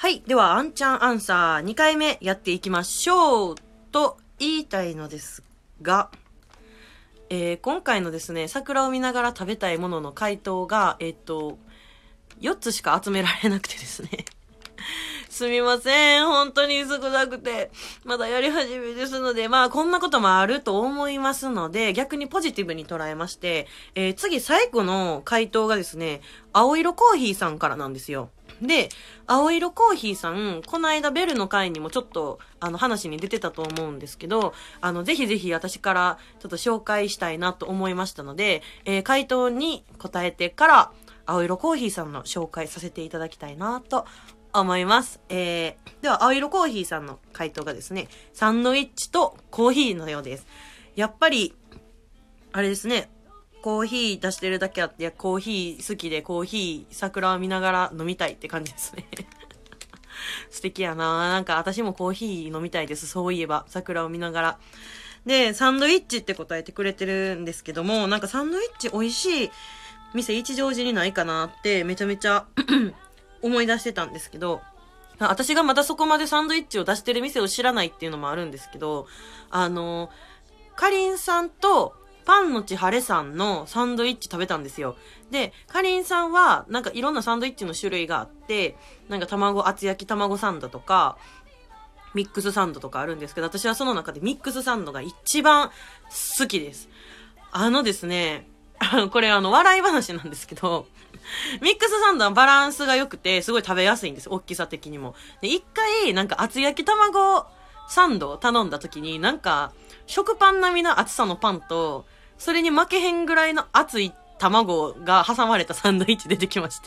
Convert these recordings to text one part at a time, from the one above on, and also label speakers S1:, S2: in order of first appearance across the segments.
S1: はい。では、あんちゃんアンサー2回目やっていきましょうと言いたいのですが、今回のですね、桜を見ながら食べたいものの回答が、4つしか集められなくてですね。すみません。本当に少なくて。まだやり始めですので、まあこんなこともあると思いますので、逆にポジティブに捉えまして、次最後の回答がですね、青色コーヒーさんからなんですよ。で、青色コーヒーさん、この間ベルの回にもちょっと、話に出てたと思うんですけど、ぜひぜひ私からちょっと紹介したいなと思いましたので、回答に答えてから、青色コーヒーさんの紹介させていただきたいなと思います。では、青色コーヒーさんの回答がですね、サンドイッチとコーヒーのようです。やっぱり、あれですね、コーヒー出してるだけあって、コーヒー好きでコーヒー桜を見ながら飲みたいって感じですね。素敵やな。なんか私もコーヒー飲みたいです。そういえば、桜を見ながら。で、サンドイッチって答えてくれてるんですけども、なんかサンドイッチ美味しい店一乗寺にないかなってめちゃめちゃ思い出してたんですけど、私がまだそこまでサンドイッチを出してる店を知らないっていうのもあるんですけど、かりんさんとパンのちはれさんのサンドイッチ食べたんですよ。で、かりんさんはなんかいろんなサンドイッチの種類があって、なんか厚焼き卵サンドとか、ミックスサンドとかあるんですけど、私はその中でミックスサンドが一番好きです。ですね、これ笑い話なんですけど、ミックスサンドはバランスが良くて、すごい食べやすいんです。大きさ的にも。で、一回、なんか厚焼き卵サンドを頼んだ時に、なんか、食パン並みの厚さのパンと、それに負けへんぐらいの厚い卵が挟まれたサンドイッチ出てきまして。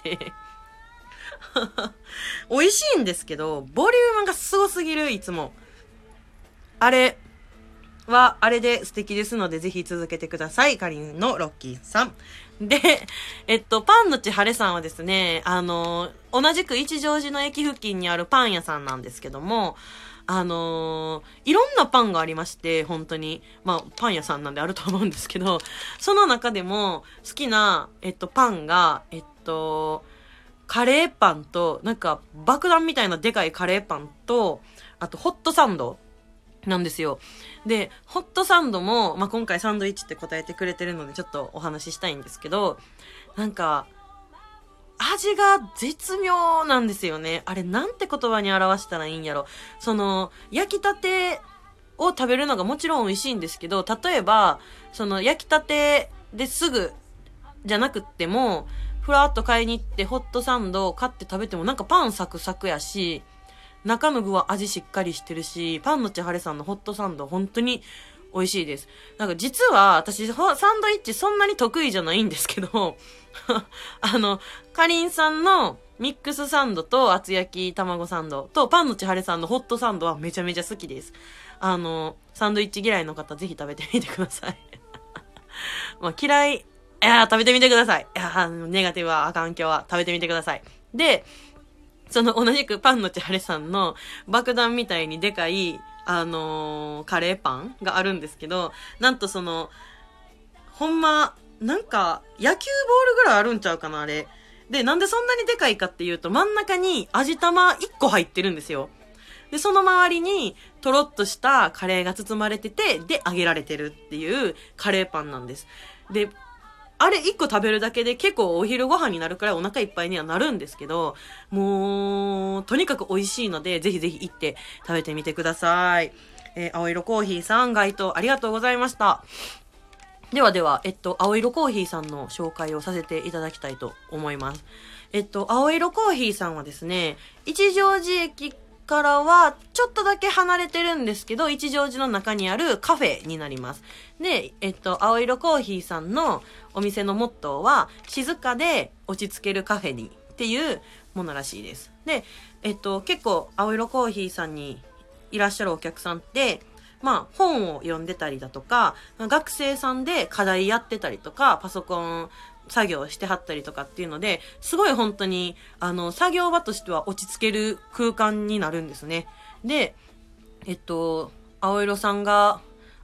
S1: 美味しいんですけど、ボリュームがすごすぎる、いつも。あれは、あれで素敵ですので、ぜひ続けてください。かりんのロッキーさん。で、パンのちはれさんはですね、同じく一乗寺の駅付近にあるパン屋さんなんですけども、いろんなパンがありまして、本当に。まあ、パン屋さんなんであると思うんですけど、その中でも好きな、パンが、カレーパンと、なんか、爆弾みたいなでかいカレーパンと、あと、ホットサンドなんですよ。で、ホットサンドも、まあ、今回サンドイッチって答えてくれてるので、ちょっとお話ししたいんですけど、なんか、味が絶妙なんですよね。あれなんて言葉に表したらいいんやろ。焼きたてを食べるのがもちろん美味しいんですけど、例えば、焼きたてですぐじゃなくっても、ふらっと買いに行ってホットサンドを買って食べてもなんかパンサクサクやし、中の具は味しっかりしてるし、パンのちはれさんのホットサンド本当に美味しいです。なんか実は私サンドイッチそんなに得意じゃないんですけど、かりんさんのミックスサンドと厚焼き卵サンドとパンのちはれさんのホットサンドはめちゃめちゃ好きです。サンドイッチ嫌いの方ぜひ食べてみてください。まあ嫌い、食べてみてください。ネガティブはあかん今日は食べてみてください。で、同じくパンのちはれさんの爆弾みたいにでかい、カレーパンがあるんですけど、なんとほんま、なんか、野球ボールぐらいあるんちゃうかな、あれ。で、なんでそんなにでかいかっていうと、真ん中に味玉1個入ってるんですよ。で、その周りに、とろっとしたカレーが包まれてて、で、揚げられてるっていうカレーパンなんです。で、あれ1個食べるだけで結構お昼ご飯になるくらいお腹いっぱいにはなるんですけど、もう、とにかく美味しいので、ぜひぜひ行って食べてみてください。青色コーヒーさん、該当ありがとうございました。ではでは、青色コーヒーさんの紹介をさせていただきたいと思います。青色コーヒーさんはですね、一乗寺駅からはちょっとだけ離れてるんですけど、一乗寺の中にあるカフェになります。で、青色コーヒーさんのお店のモットーは、静かで落ち着けるカフェにっていうものらしいです。で、結構青色コーヒーさんにいらっしゃるお客さんって、まあ、本を読んでたりだとか、学生さんで課題やってたりとか、パソコン作業してはったりとかっていうので、すごい本当に、作業場としては落ち着ける空間になるんですね。で、青色さんが、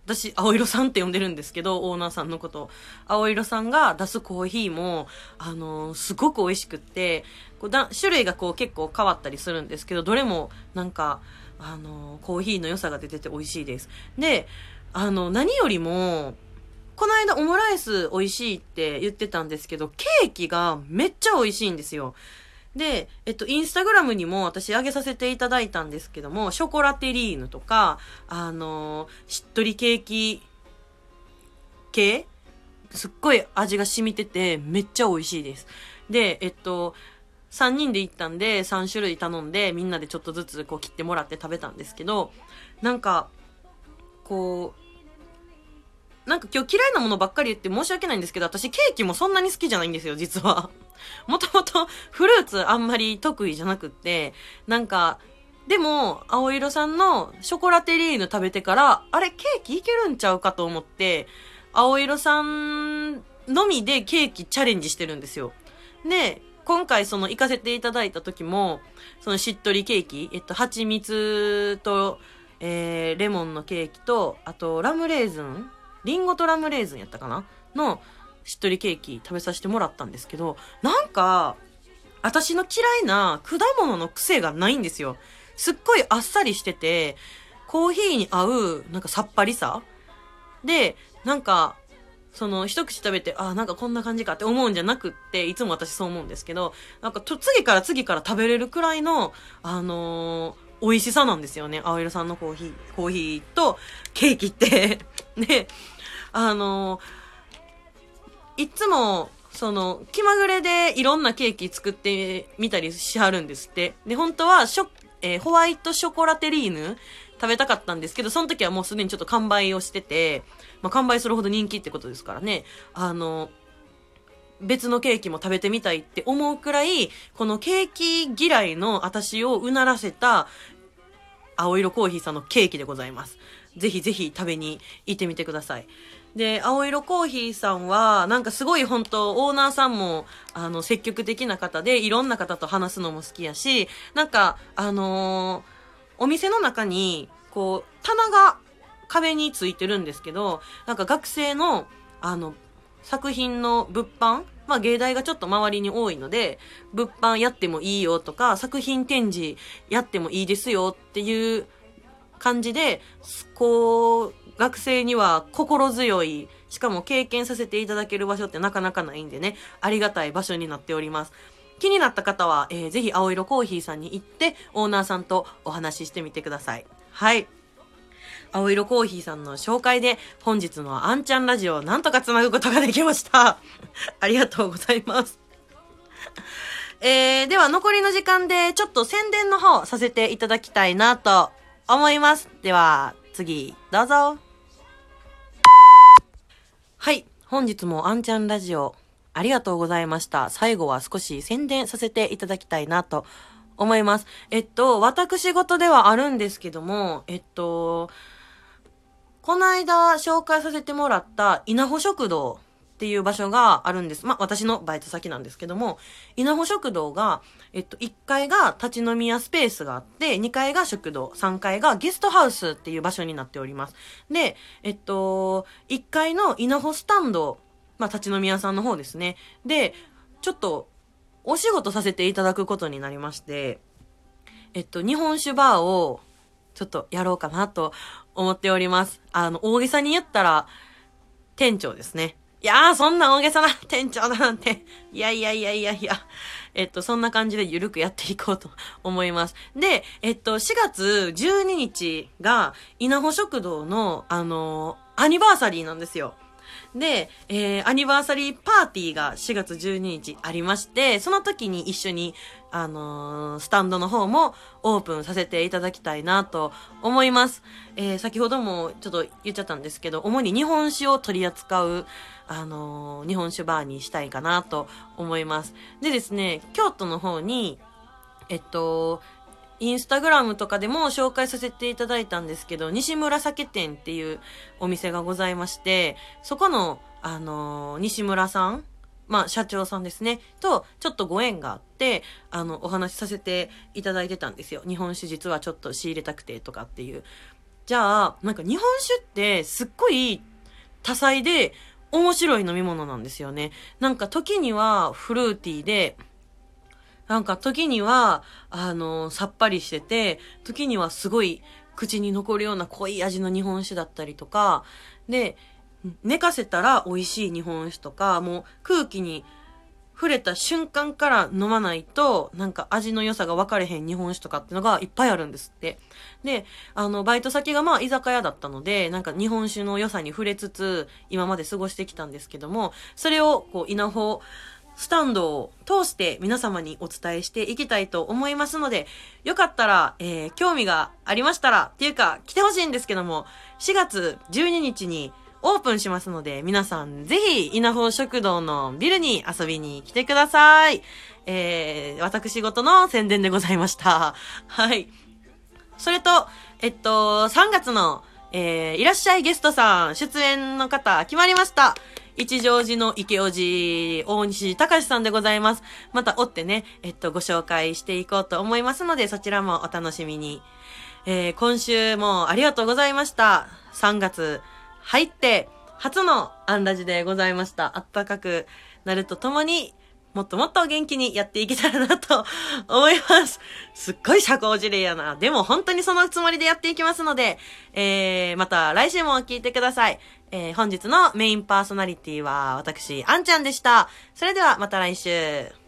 S1: 私、青色さんって呼んでるんですけど、オーナーさんのこと。青色さんが出すコーヒーも、すごく美味しくって、種類が結構変わったりするんですけど、どれもなんか、コーヒーの良さが出てて美味しいです。で、何よりも、この間オムライス美味しいって言ってたんですけど、ケーキがめっちゃ美味しいんですよ。で、インスタグラムにも私上げさせていただいたんですけども、ショコラテリーヌとか、しっとりケーキ系すっごい味が染みてて、めっちゃ美味しいです。で、3人で行ったんで、3種類頼んで、みんなでちょっとずつ切ってもらって食べたんですけど、なんか今日嫌いなものばっかり言って申し訳ないんですけど、私ケーキもそんなに好きじゃないんですよ、実は。もともとフルーツあんまり得意じゃなくって、でも、青色さんのショコラテリーヌ食べてから、あれ、ケーキいけるんちゃうかと思って、青色さんのみでケーキチャレンジしてるんですよ。で、今回行かせていただいた時も、しっとりケーキ、蜂蜜と、レモンのケーキと、あと、ラムレーズンリンゴとラムレーズンやったかなのしっとりケーキ食べさせてもらったんですけど、私の嫌いな果物の癖がないんですよ。すっごいあっさりしてて、コーヒーに合う、さっぱりさで、一口食べて、こんな感じかって思うんじゃなくって、いつも私そう思うんですけど、次から食べれるくらいの、美味しさなんですよね。青色さんのコーヒーとケーキって。で、いつも、気まぐれでいろんなケーキ作ってみたりしはるんですって。で、本当はホワイトショコラテリーヌ食べたかったんですけど、その時はもうすでにちょっと完売をしてて、完売するほど人気ってことですからね。別のケーキも食べてみたいって思うくらい、このケーキ嫌いの私をうならせた、青色コーヒーさんのケーキでございます。ぜひぜひ食べに行ってみてください。で、青色コーヒーさんは、すごい本当オーナーさんも、積極的な方で、いろんな方と話すのも好きやし、お店の中に、棚が壁についてるんですけど、学生の、作品の物販芸大がちょっと周りに多いので、物販やってもいいよとか、作品展示やってもいいですよっていう感じで、学生には心強い、しかも経験させていただける場所ってなかなかないんでね、ありがたい場所になっております。気になった方は、ぜひ青色コーヒーさんに行って、オーナーさんとお話ししてみてください。はい。青色コーヒーさんの紹介で本日のあんちゃんラジオをなんとかつなぐことができました。ありがとうございます。では残りの時間でちょっと宣伝の方させていただきたいなと思います。では次どうぞ。はい。本日もあんちゃんラジオありがとうございました。最後は少し宣伝させていただきたいなと思います。私事ではあるんですけども、この間紹介させてもらった稲穂食堂っていう場所があるんです。私のバイト先なんですけども、稲穂食堂が、1階が立ち飲み屋スペースがあって、2階が食堂、3階がゲストハウスっていう場所になっております。で、1階の稲穂スタンド、立ち飲み屋さんの方ですね。で、ちょっと、お仕事させていただくことになりまして、日本酒バーを、ちょっとやろうかなと思っております。大げさに言ったら、店長ですね。いやー、そんな大げさな店長だなんて。いや。そんな感じでゆるくやっていこうと思います。で、4月12日が、稲穂食堂の、アニバーサリーなんですよ。で、アニバーサリーパーティーが4月12日ありまして、その時に一緒に、スタンドの方もオープンさせていただきたいなと思います。先ほどもちょっと言っちゃったんですけど、主に日本酒を取り扱う、日本酒バーにしたいかなと思います。でですね、京都の方に、インスタグラムとかでも紹介させていただいたんですけど、西村酒店っていうお店がございまして、そこの、西村さん、社長さんですね、と、ちょっとご縁があって、お話しさせていただいてたんですよ。日本酒実はちょっと仕入れたくてとかっていう。 じゃあ、なんか日本酒ってすっごい多彩で面白い飲み物なんですよね。なんか時にはフルーティーで、なんか時には、さっぱりしてて、時にはすごい口に残るような濃い味の日本酒だったりとか、で、寝かせたら美味しい日本酒とか、もう空気に触れた瞬間から飲まないと、なんか味の良さが分かれへん日本酒とかってのがいっぱいあるんですって。で、バイト先がまあ居酒屋だったので、なんか日本酒の良さに触れつつ、今まで過ごしてきたんですけども、それをこう、稲穂スタンドを通して皆様にお伝えしていきたいと思いますので、よかったら、興味がありましたら、っていうか、来てほしいんですけども、4月12日にオープンしますので、皆さんぜひ、稲穂食堂のビルに遊びに来てください。私事の宣伝でございました。はい。それと、3月の、いらっしゃいゲストさん、出演の方、決まりました。一乗寺の池おじ、大西隆さんでございます。また追ってね、ご紹介していこうと思いますので、そちらもお楽しみに。今週もありがとうございました。3月入って、初のアンラジでございました。あったかくなるとともに、もっともっと元気にやっていけたらなと思います。すっごい社交辞令やな。でも本当にそのつもりでやっていきますので、また来週も聞いてください。本日のメインパーソナリティは私、あんちゃんでした。それではまた来週。